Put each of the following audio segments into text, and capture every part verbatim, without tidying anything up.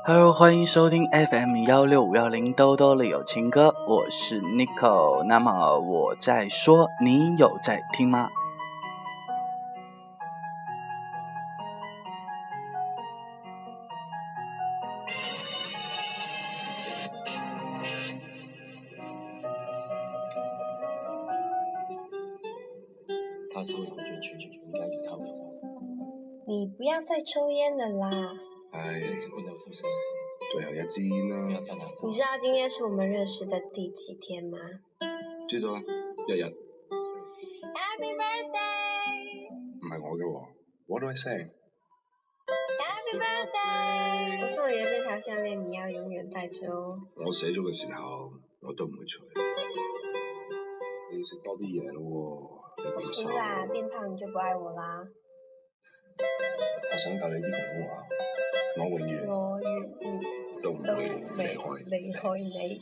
Hello， 欢迎收听 F M 一六五一零兜兜的有情歌，我是 Nico。那么我在说，你有在听吗？ 他是我觉去应该给他们。 你不要再抽烟了啦！ 哎，这不能附身，最后一支煙啦。 你知道今天是我們認識的第幾天嗎？ 知道啊，一日。 Happy birthday！ 唔係我嘅喎 ，What do I say？ Happy birthday！ 我送你的這條項鏈你要永遠戴着哦。 我寫咗嘅時候，我都唔會除。你要食多啲嘢咯喎，你咁瘦。 行啦，變胖你就不愛我啦。 我想教你啲廣東話，我永遠我願意都唔會離開離開你。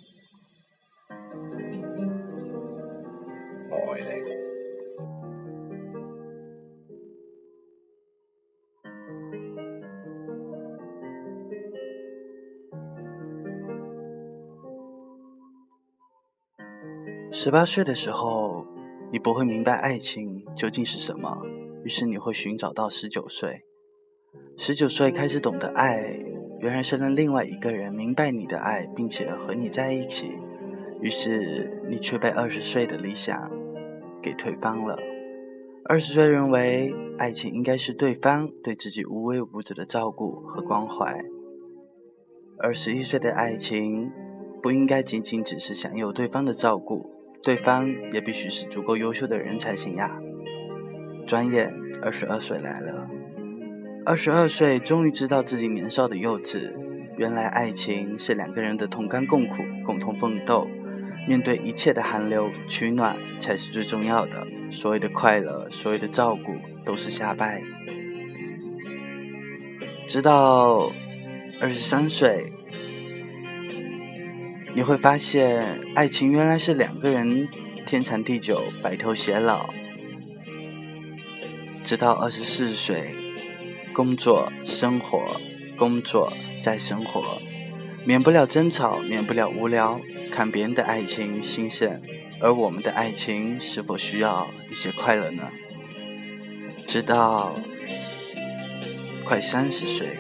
我愛你。 十八歲的時候，你不會明白愛情究竟是什麼，於是你會尋找到十九歲。十九歲開始懂得愛，原來是讓另外一個人明白你的愛，並且和你在一起。於是你卻被二十歲的理想給推翻了。二十歲認為愛情應該是對方對自己無微不至的照顧和關懷。二十一歲的愛情不應該僅僅只是享有對方的照顧，對方也必須是足夠優秀的人才行呀。轉眼二十二歲來了，二十二歲終於知道自己年少的幼稚，原來愛情是兩個人的同甘共苦，共同奮鬥，面對一切的寒流取暖才是最重要的，所謂的快樂，所謂的照顧都是瞎掰。直到二十三歲，你會發現愛情原來是兩個人天長地久，白頭偕老。直到二十四歲，工作生活，工作再生活，免不了爭吵，免不了無聊，看別人的愛情興盛，而我們的愛情是否需要一些快樂呢？直到快三十歲，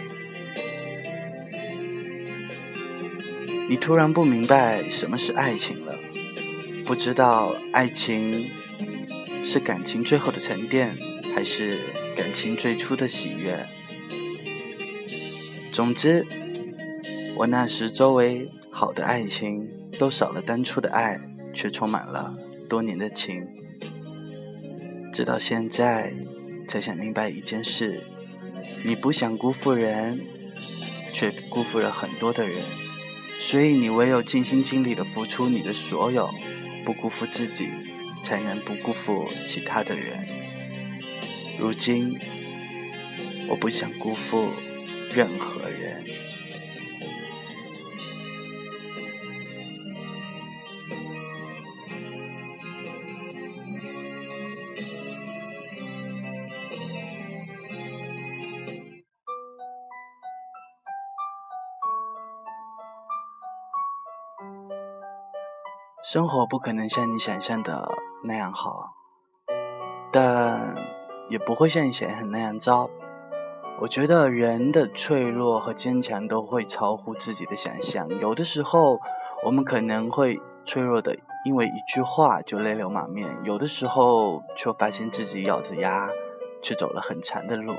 你突然不明白什麼是愛情了，不知道愛情是感情最後的沉澱，還是感情最初的喜悅。總之，我那時周圍好的愛情都少了當初的愛，卻充滿了多年的情。直到現在才想明白一件事，你不想辜負人，卻辜負了很多的人，所以你唯有盡心盡力地付出你的所有，不辜負自己，才能不辜負其他的人。如今我不想辜負任何人。生活不可能像你想象的那樣好，但也不會像你想象那樣糟。我覺得人的脆弱和堅強都會超乎自己的想象，有的時候我們可能會脆弱的因為一句話就淚流滿面，有的時候卻發現自己咬着牙卻走了很長的路。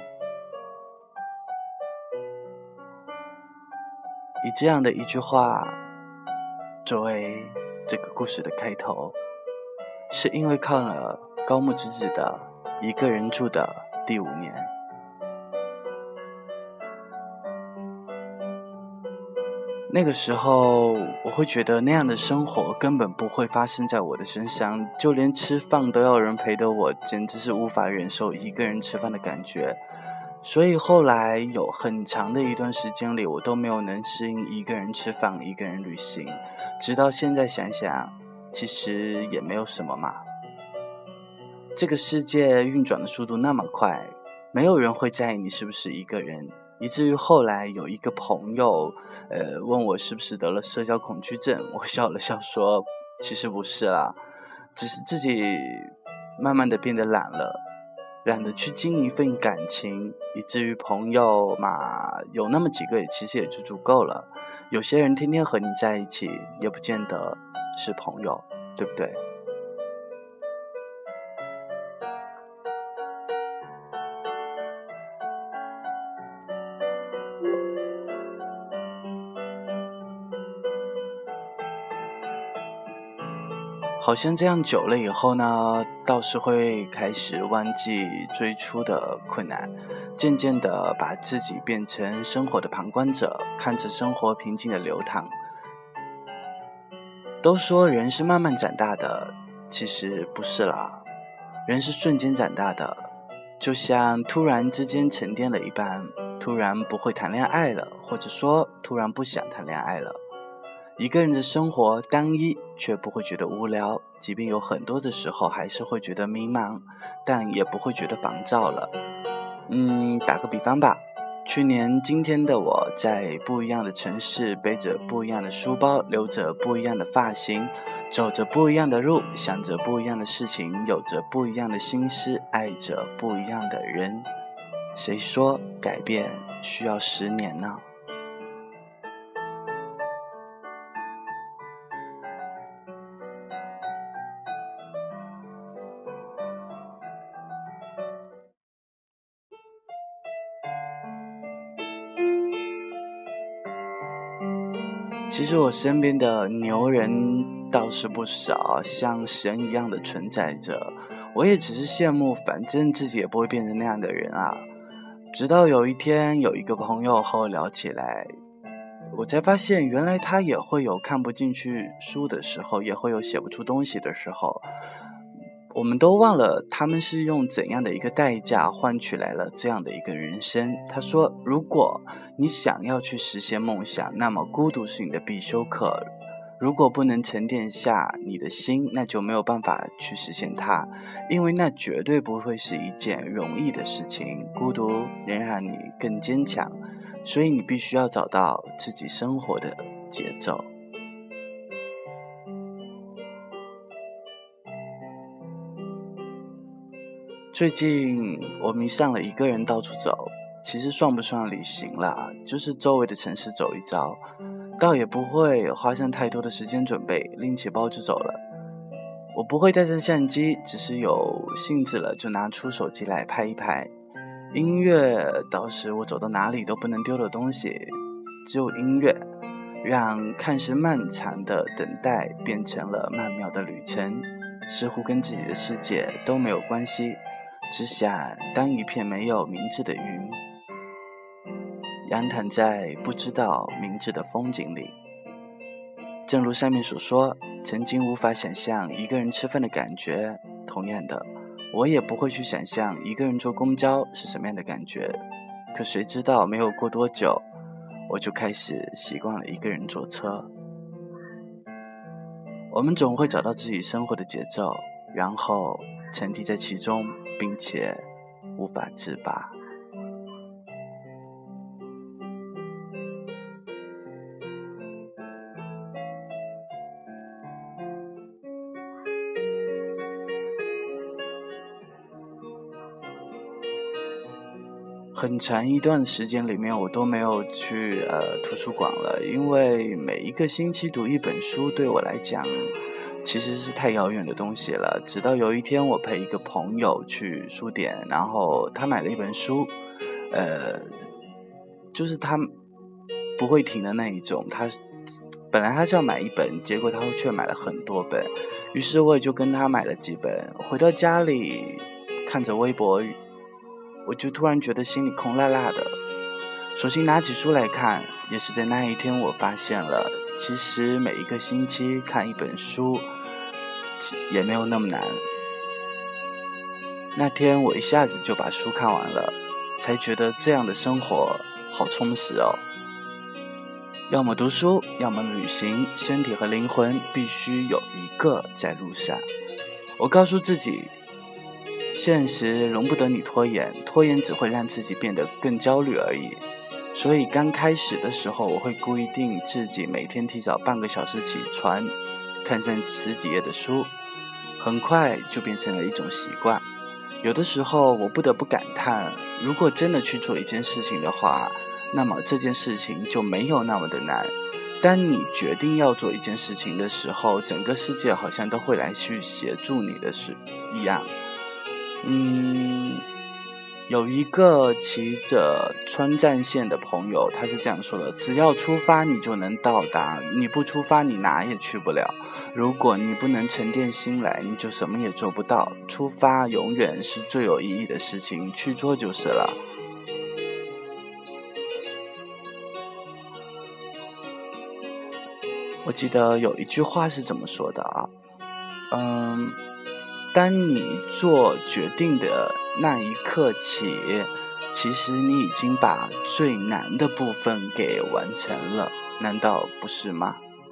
以這樣的一句話作為這個故事的開頭，是因為看了高木直子的《一個人住的第五年》。那個時候我會覺得那樣的生活根本不會發生在我的身上，就連吃飯都要人陪的我簡直是無法忍受一個人吃飯的感覺，所以後來有很長的一段時間裡我都沒有能適應一個人吃飯，一個人旅行，直到現在想想其實也沒有什麼嘛。這個世界運轉的速度那麼快，沒有人會在意你是不是一個人， 以至于后来有一个朋友呃，问我是不是得了社交恐惧症，我笑了笑说其实不是啦，只是自己慢慢的变得懒了，懒得去经营一份感情，以至于朋友嘛有那么几个其实也就足够了。有些人天天和你在一起也不见得是朋友，对不对？好像这样久了以后呢，倒是会开始忘记最初的困难，渐渐的把自己变成生活的旁观者，看着生活平静的流淌。都说人是慢慢长大的，其实不是啦，人是瞬间长大的，就像突然之间沉淀了一般，突然不会谈恋爱了，或者说突然不想谈恋爱了。一个人的生活单一，却不会觉得无聊，即便有很多的时候还是会觉得迷茫，但也不会觉得烦躁了。嗯，打个比方吧，去年今天的我在不一样的城市，背着不一样的书包，留着不一样的发型，走着不一样的路，想着不一样的事情，有着不一样的心思，爱着不一样的人。谁说改变需要十年呢？其实我身边的牛人倒是不少，像神一样的存在着，我也只是羡慕，反正自己也不会变成那样的人啊。直到有一天有一个朋友和我聊起来，我才发现原来他也会有看不进去书的时候，也会有写不出东西的时候。我们都忘了他们是用怎样的一个代价换取来了这样的一个人生。他说，如果你想要去实现梦想，那么孤独是你的必修课，如果不能沉淀下你的心，那就没有办法去实现它，因为那绝对不会是一件容易的事情。孤独能让你更坚强，所以你必须要找到自己生活的节奏。最近我迷上了一个人到处走，其实算不算旅行啦，就是周围的城市走一遭，倒也不会花上太多的时间准备，拎起包就走了。我不会带上相机，只是有兴致了就拿出手机来拍一拍。音乐倒是我走到哪里都不能丢的东西，只有音乐让看似漫长的等待变成了曼妙的旅程，似乎跟自己的世界都没有关系，只想当一片没有名字的云，仰躺在不知道名字的风景里。正如上面所说，曾经无法想象一个人吃饭的感觉，同样的，我也不会去想象一个人坐公交是什么样的感觉。可谁知道没有过多久，我就开始习惯了一个人坐车。我们总会找到自己生活的节奏，然后沉溺在其中，并且无法自拔。很长一段时间里面我都没有去呃图书馆了，因为每一个星期读一本书对我来讲其实是太遥远的东西了。直到有一天我陪一个朋友去书店，然后他买了一本书，呃，就是他不会停的那一种，他本来他是要买一本，结果他却买了很多本，于是我也就跟他买了几本。回到家里看着微博，我就突然觉得心里空落落的，索性拿起书来看。也是在那一天我发现了，其实每一个星期看一本书也没有那么难。那天我一下子就把书看完了，才觉得这样的生活好充实哦。要么读书，要么旅行，身体和灵魂必须有一个在路上。我告诉自己，现实容不得你拖延，拖延只会让自己变得更焦虑而已。 所以刚开始的时候，我会规定自己每天提早半个小时起床，看上十几页的书，很快就变成了一种习惯。有的时候我不得不感叹，如果真的去做一件事情的话，那么这件事情就没有那么的难。当你决定要做一件事情的时候，整个世界好像都会来去协助你的事一样。嗯，有一个骑着川藏线的朋友，他是这样说的：只要出发你就能到达，你不出发你哪也去不了。如果你不能沉淀心来，你就什么也做不到。出发永远是最有意义的事情，去做就是了。我记得有一句话是怎么说的啊？嗯，当你做决定的那一刻起，其实你已经把最难的部分给完成了，难道不是吗？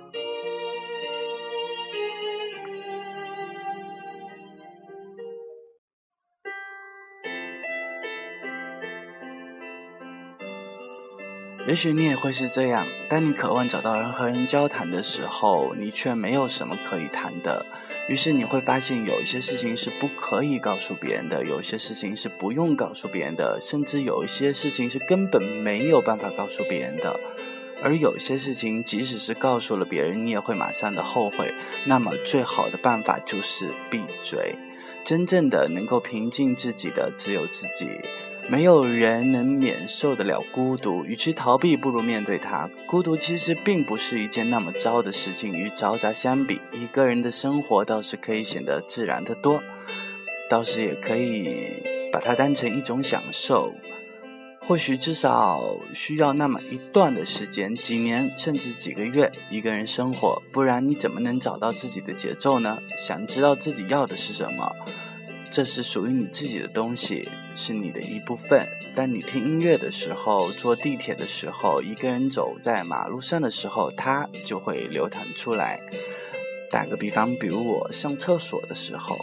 也许你也会是这样，当你渴望找到人和人交谈的时候，你却没有什么可以谈的。于是你会发现有一些事情是不可以告诉别人的，有一些事情是不用告诉别人的，甚至有一些事情是根本没有办法告诉别人的。而有些事情即使是告诉了别人，你也会马上的后悔。那么最好的办法就是闭嘴。真正的能够平静自己的只有自己。没有人能免受得了孤独，与其逃避，不如面对它。孤独其实并不是一件那么糟的事情，与嘈杂相比，一个人的生活倒是可以显得自然得多，倒是也可以把它当成一种享受。或许至少需要那么一段的时间，几年甚至几个月，一个人生活，不然你怎么能找到自己的节奏呢？想知道自己要的是什么，这是属于你自己的东西，是你的一部分。当你听音乐的时候，坐地铁的时候，一个人走在马路上的时候，它就会流淌出来。打个比方，比如我上厕所的时候，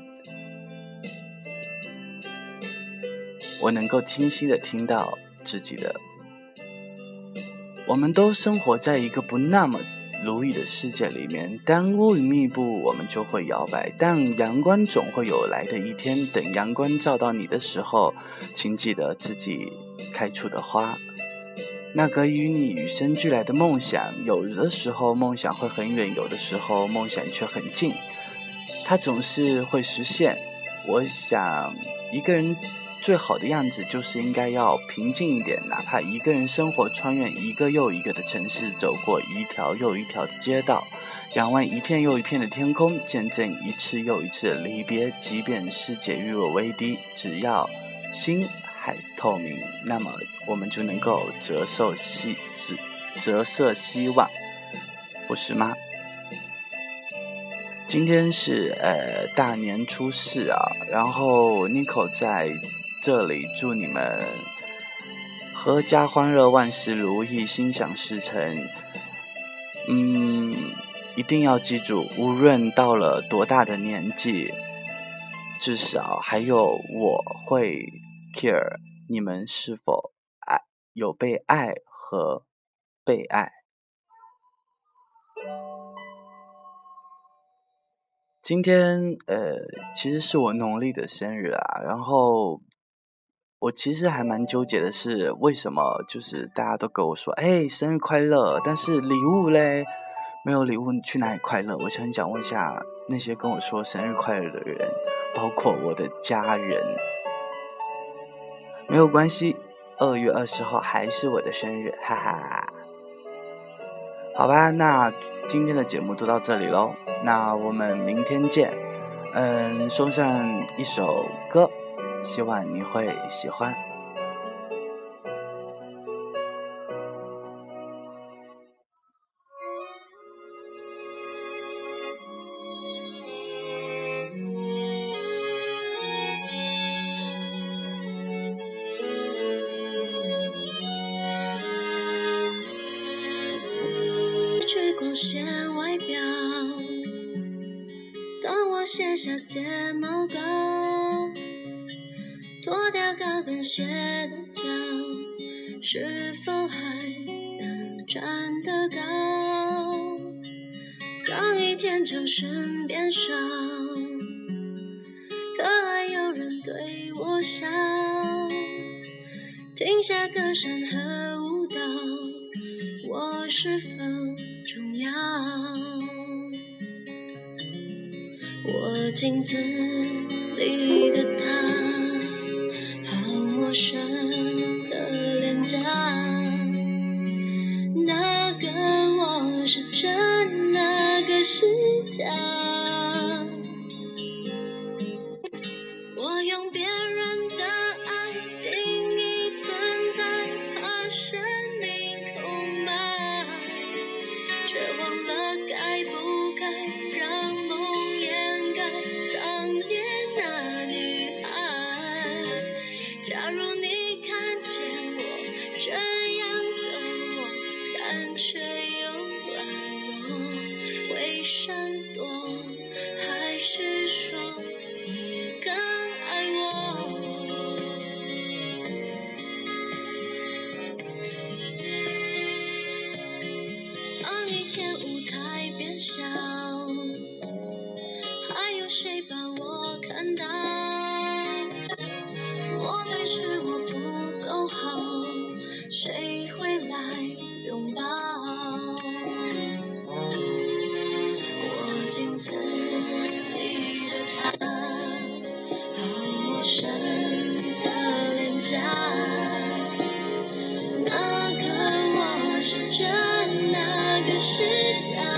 我能够清晰地听到自己的。我们都生活在一个不那么如意的世界里面，当乌云密布，我们就会摇摆，但阳光总会有来的一天。等阳光照到你的时候，请记得自己开出的花，那个与你与生俱来的梦想。有的时候梦想会很远，有的时候梦想却很近，它总是会实现。我想一个人最好的样子就是应该要平静一点，哪怕一个人生活，穿越一个又一个的城市，走过一条又一条的街道，仰望一片又一片的天空，见证一次又一次的离别。即便世界与我为敌，只要心还透明，那么我们就能够折射希折射希望，不是吗？今天是呃大年初四啊，然后 Nico 在这里祝你们阖家欢乐，万事如意，心想事成。嗯，一定要记住，无论到了多大的年纪，至少还有我会 care 你们是否爱，有被爱和被爱。今天呃，其实是我农历的生日啊，然后我其实还蛮纠结的是，为什么就是大家都跟我说，哎，生日快乐，但是礼物嘞，没有礼物去哪里快乐？我很想问一下那些跟我说生日快乐的人，包括我的家人。没有关系，二月二十号还是我的生日，哈哈。好吧，那今天的节目就到这里咯，那我们明天见。嗯，送上一首歌，希望你会喜欢。 去光鲜外表，当我卸下睫毛膏，脱掉高跟鞋的脚， 是否还能站得高？让一天掌声变少，可还有人对我笑，停下歌声和舞蹈，我是否重要？我镜子里的他，好陌生的脸颊，那个我是真，那个是假。我用别人的爱定义存在，怕生命空白，却忘了该不该让梦掩盖当年那女孩。假如你看见我这样的我，但却又软弱，会闪躲，还是说你更爱我？当一天舞台变小，还有谁把我看到？莫非是我不够好，谁会来拥抱？我镜子里的他，好陌生的脸颊，那个我是真，那个是假。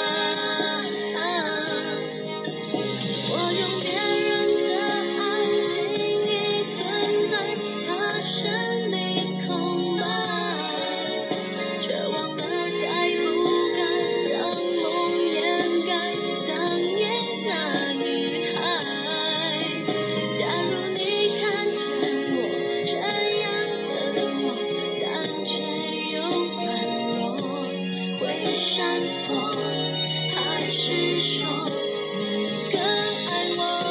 我用别人的爱定义存在，怕生命空白，却忘了该不该让梦掩盖当年那女孩。假如你看见我这样的我，但却又软弱，会闪躲，还是说你更爱我？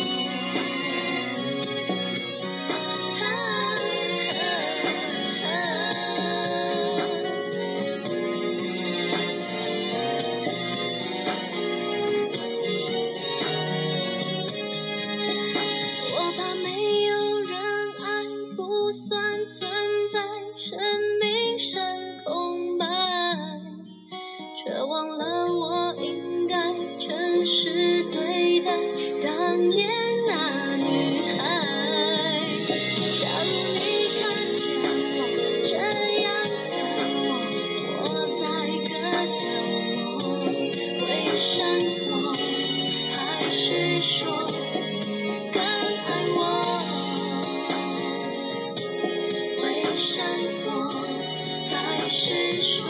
我怕没有人爱不算存在，生命剩空白，却忘了我应该诚实对待当年那女孩。假如你看见我这样的我，我在个角落，会闪躲，还是说更爱我？会闪躲，还是说